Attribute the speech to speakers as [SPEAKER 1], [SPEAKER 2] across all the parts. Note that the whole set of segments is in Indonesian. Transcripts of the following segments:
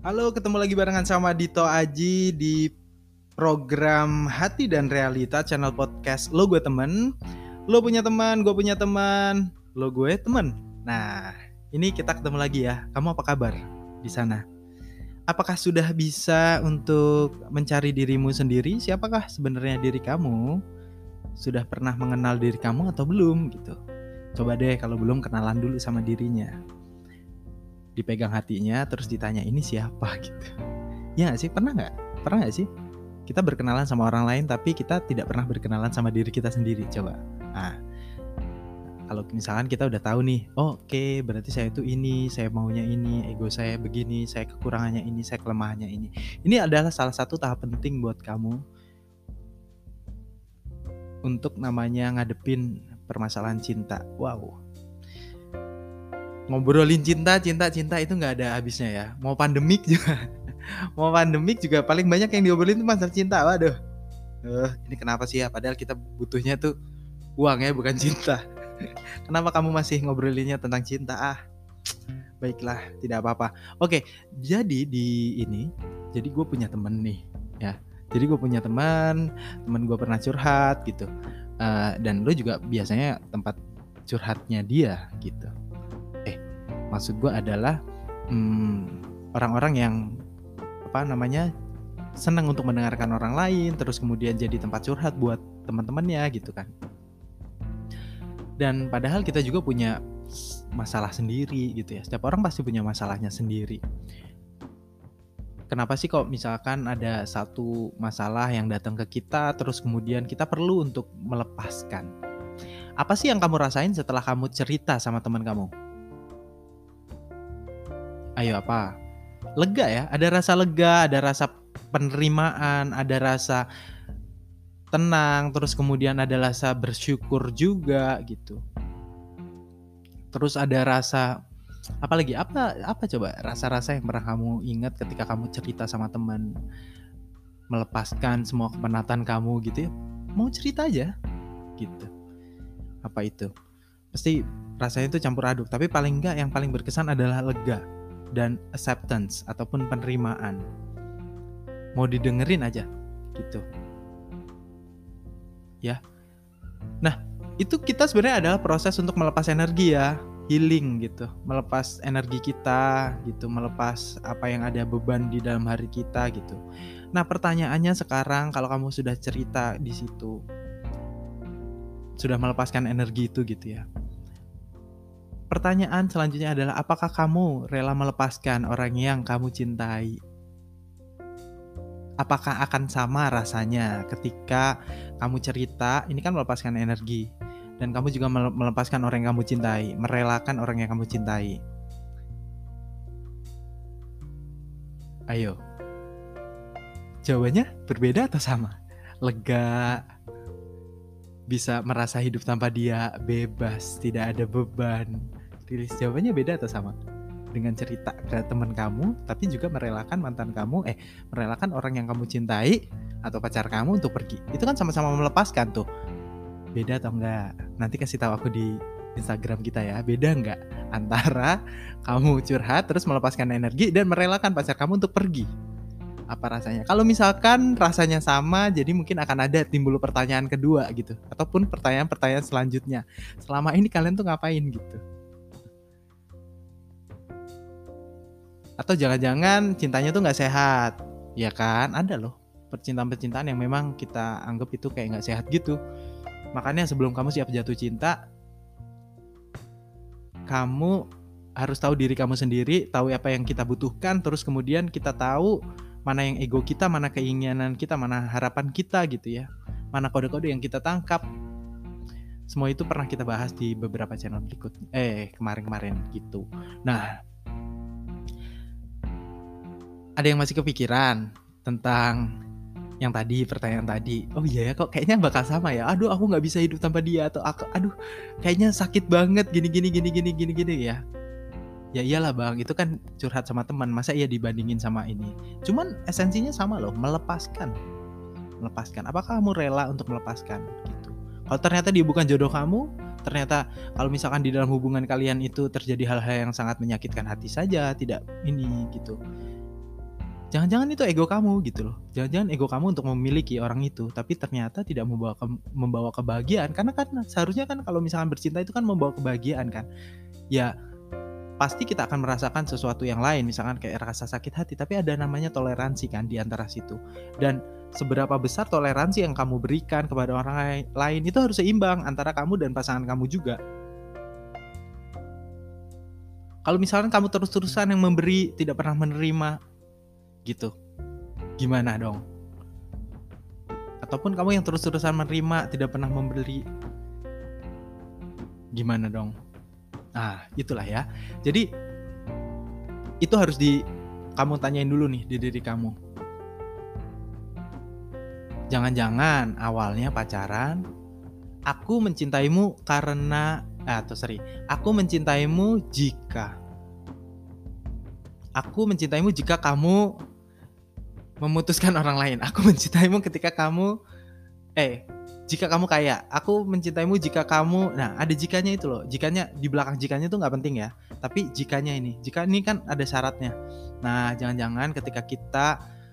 [SPEAKER 1] Halo, ketemu lagi barengan sama Dito Aji di program Hati dan Realita channel podcast Lo Gue Temen. Lo punya teman, gue punya teman, lo gue temen. Nah, ini kita ketemu lagi ya. Kamu apa kabar di sana? Apakah sudah bisa untuk mencari dirimu sendiri? Siapakah sebenarnya diri kamu? Sudah pernah mengenal diri kamu atau belum gitu? Coba deh kalau belum, kenalan dulu sama dirinya. Dipegang hatinya terus ditanya ini siapa gitu. Ya gak sih? Pernah gak sih kita berkenalan sama orang lain tapi kita tidak pernah berkenalan sama diri kita sendiri? Coba. Nah, kalau misalkan kita udah tahu nih, oke, berarti saya itu ini, saya maunya ini, ego saya begini, saya kekurangannya ini, saya kelemahannya ini. Ini adalah salah satu tahap penting buat kamu untuk namanya ngadepin permasalahan cinta. Wow. Ngobrolin cinta itu nggak ada habisnya ya. Mau pandemik juga paling banyak yang diobrolin itu masalah cinta. Waduh, ini kenapa sih ya? Padahal kita butuhnya tuh uang ya, bukan cinta. Kenapa kamu masih ngobrolinnya tentang cinta? Baiklah, tidak apa-apa. Oke, jadi jadi gue punya temen nih, ya. Jadi gue punya temen gue pernah curhat gitu. Dan lo juga biasanya tempat curhatnya dia gitu. Maksud gue adalah orang-orang yang senang untuk mendengarkan orang lain, terus kemudian jadi tempat curhat buat teman-temannya gitu kan. Dan padahal kita juga punya masalah sendiri gitu ya. Setiap orang pasti punya masalahnya sendiri. Kenapa sih kok misalkan ada satu masalah yang datang ke kita, terus kemudian kita perlu untuk melepaskan? Apa sih yang kamu rasain setelah kamu cerita sama teman kamu? Ayo apa? Lega ya, ada rasa lega, ada rasa penerimaan, ada rasa tenang, terus kemudian ada rasa bersyukur juga gitu. Terus ada rasa apalagi apa coba rasa-rasa yang pernah kamu ingat ketika kamu cerita sama teman, melepaskan semua kepenatan kamu gitu ya, mau cerita aja gitu. Apa itu? Pasti rasanya itu campur aduk, tapi paling enggak yang paling berkesan adalah lega dan acceptance ataupun penerimaan. Mau didengerin aja gitu. Ya. Nah, itu kita sebenarnya adalah proses untuk melepas energi ya, healing gitu, melepas energi kita gitu, melepas apa yang ada beban di dalam hari kita gitu. Nah, pertanyaannya sekarang kalau kamu sudah cerita di situ, sudah melepaskan energi itu gitu ya. Pertanyaan selanjutnya adalah apakah kamu rela melepaskan orang yang kamu cintai? Apakah akan sama rasanya ketika kamu cerita, ini kan melepaskan energi, dan kamu juga melepaskan orang yang kamu cintai, merelakan orang yang kamu cintai. Ayo. Jawabannya berbeda atau sama? Lega, bisa merasa hidup tanpa dia, bebas, tidak ada beban. Rilis, jawabannya beda atau sama? Dengan cerita ke teman kamu, tapi juga merelakan mantan kamu, merelakan orang yang kamu cintai atau pacar kamu untuk pergi. Itu kan sama-sama melepaskan tuh. Beda atau enggak? Nanti kasih tahu aku di Instagram kita ya. Beda enggak antara kamu curhat terus melepaskan energi dan merelakan pacar kamu untuk pergi? Apa rasanya? Kalau misalkan rasanya sama, jadi mungkin akan ada timbul pertanyaan kedua gitu, ataupun pertanyaan-pertanyaan selanjutnya. Selama ini kalian tuh ngapain gitu? Atau jangan-jangan cintanya tuh nggak sehat, ya kan? Ada loh percintaan-percintaan yang memang kita anggap itu kayak nggak sehat gitu. Makanya sebelum kamu siap jatuh cinta, kamu harus tahu diri kamu sendiri, tahu apa yang kita butuhkan, terus kemudian kita tahu mana yang ego kita, mana keinginan kita, mana harapan kita gitu ya, mana kode-kode yang kita tangkap. Semua itu pernah kita bahas di beberapa channel berikutnya, kemarin-kemarin gitu. Nah, ada yang masih kepikiran tentang yang tadi, pertanyaan tadi? Oh iya ya, kok kayaknya bakal sama ya. Aduh, aku nggak bisa hidup tanpa dia, atau aduh, kayaknya sakit banget gini ya. Ya iyalah bang, itu kan curhat sama teman, masa iya dibandingin sama ini? Cuman esensinya sama loh, melepaskan. Apakah kamu rela untuk melepaskan gitu? Kalau ternyata dia bukan jodoh kamu, ternyata kalau misalkan di dalam hubungan kalian itu terjadi hal-hal yang sangat menyakitkan hati saja, tidak ini gitu, Jangan-jangan itu ego kamu gitu loh. Jangan-jangan ego kamu untuk memiliki orang itu, tapi ternyata tidak membawa kebahagiaan. Karena kan seharusnya kan kalau misalkan bercinta itu kan membawa kebahagiaan kan. Ya pasti kita akan merasakan sesuatu yang lain, misalkan kayak rasa sakit hati, tapi ada namanya toleransi kan di antara situ. Dan seberapa besar toleransi yang kamu berikan kepada orang lain itu harus seimbang antara kamu dan pasangan kamu juga. Kalau misalkan kamu terus-terusan yang memberi, tidak pernah menerima gitu, gimana dong? Ataupun kamu yang terus-terusan menerima, tidak pernah memberi, gimana dong? Nah, itulah ya. Jadi itu harus kamu tanyain dulu nih di diri kamu. Jangan-jangan awalnya pacaran, aku mencintaimu jika kamu memutuskan orang lain. Aku mencintaimu ketika kamu jika kamu kaya. Aku mencintaimu jika kamu, nah ada jikanya itu loh. Jikanya di belakang jikanya itu nggak penting ya. Tapi jika ini kan ada syaratnya. Nah jangan-jangan ketika kita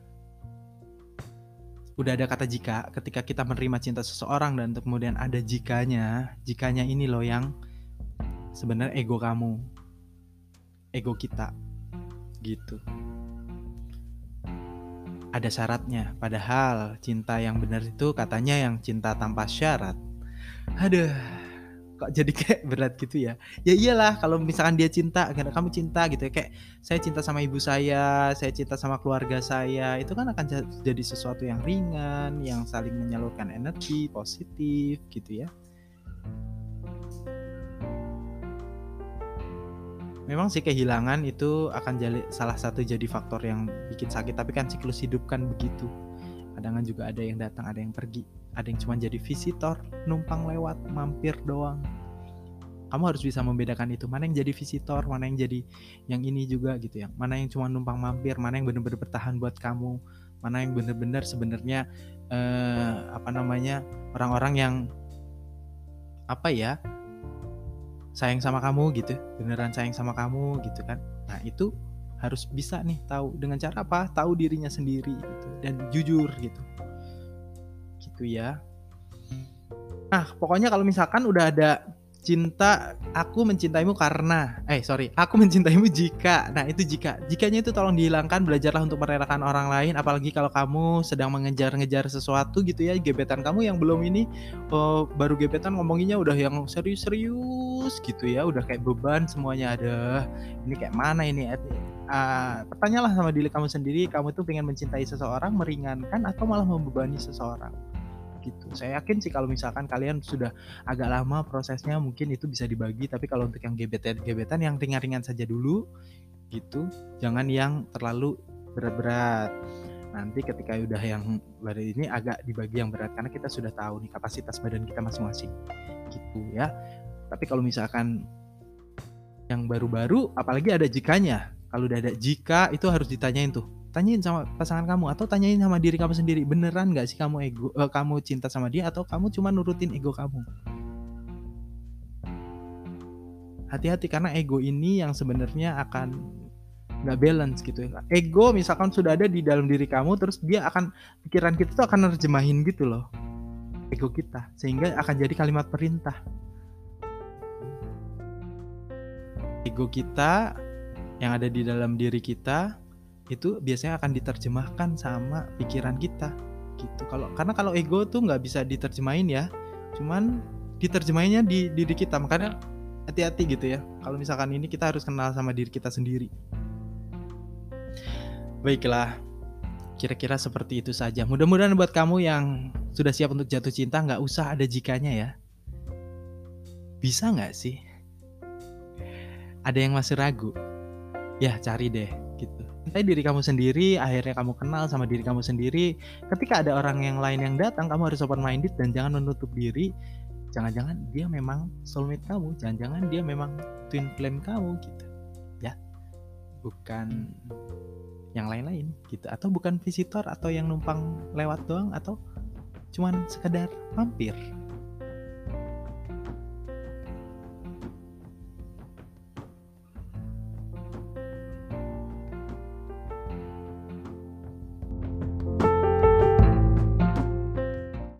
[SPEAKER 1] udah ada kata jika, ketika kita menerima cinta seseorang dan kemudian ada jikanya ini loh yang sebenarnya ego kita gitu. Ada syaratnya, padahal cinta yang benar itu katanya yang cinta tanpa syarat. Aduh, kok jadi kayak berat gitu ya. Ya iyalah, kalau misalkan dia cinta, karena kamu cinta gitu ya, kayak saya cinta sama ibu saya cinta sama keluarga saya, itu kan akan jadi sesuatu yang ringan, yang saling menyalurkan energi positif gitu ya. Memang sih kehilangan itu akan jadi salah satu jadi faktor yang bikin sakit, tapi kan siklus hidup kan begitu. Kadang juga ada yang datang, ada yang pergi, ada yang cuma jadi visitor, numpang lewat, mampir doang. Kamu harus bisa membedakan itu, mana yang jadi visitor, mana yang jadi yang ini juga gitu ya. Mana yang cuma numpang mampir, mana yang benar-benar bertahan buat kamu, mana yang benar-benar sebenarnya orang-orang yang sayang sama kamu gitu, beneran sayang sama kamu gitu kan. Nah itu harus bisa nih tahu dengan cara apa? Tahu dirinya sendiri gitu dan jujur gitu ya. Nah pokoknya kalau misalkan udah ada cinta, aku mencintaimu jika. Nah itu jikanya itu tolong dihilangkan. Belajarlah untuk merelakan orang lain, apalagi kalau kamu sedang mengejar-ngejar sesuatu gitu ya. Gebetan kamu yang belum ini baru gebetan ngomonginnya udah yang serius gitu ya, udah kayak beban semuanya. Ada ini kayak mana ini? Pertanyalah sama diri kamu sendiri, kamu tuh pengen mencintai seseorang meringankan atau malah membebani seseorang gitu. Saya yakin sih kalau misalkan kalian sudah agak lama prosesnya, mungkin itu bisa dibagi. Tapi kalau untuk yang gebetan yang ringan-ringan saja dulu gitu, jangan yang terlalu berat-berat. Nanti ketika udah yang badan ini agak dibagi yang berat, karena kita sudah tahu nih kapasitas badan kita masing-masing gitu ya. Tapi kalau misalkan yang baru-baru, apalagi ada jikanya. Kalau udah ada jika, itu harus ditanyain tuh. Tanyain sama pasangan kamu atau tanyain sama diri kamu sendiri, beneran gak sih kamu cinta sama dia atau kamu cuma nurutin ego kamu. Hati-hati, karena ego ini yang sebenarnya akan gak balance gitu ya. Ego misalkan sudah ada di dalam diri kamu, terus pikiran kita tuh akan nerjemahin gitu loh ego kita, sehingga akan jadi kalimat perintah. Ego kita yang ada di dalam diri kita itu biasanya akan diterjemahkan sama pikiran kita gitu. Karena kalau ego tuh nggak bisa diterjemahin ya, cuman diterjemahinnya di diri kita. Makanya hati-hati gitu ya. Kalau misalkan ini kita harus kenal sama diri kita sendiri. Baiklah, kira-kira seperti itu saja. Mudah-mudahan buat kamu yang sudah siap untuk jatuh cinta, nggak usah ada jikanya ya. Bisa nggak sih? Ada yang masih ragu? Ya cari deh gitu. Cintai diri kamu sendiri, akhirnya kamu kenal sama diri kamu sendiri. Ketika ada orang yang lain yang datang, kamu harus open minded dan jangan menutup diri. Jangan-jangan dia memang soulmate kamu, jangan-jangan dia memang twin flame kamu gitu ya, bukan yang lain-lain gitu, atau bukan visitor atau yang numpang lewat doang, atau cuman sekedar mampir.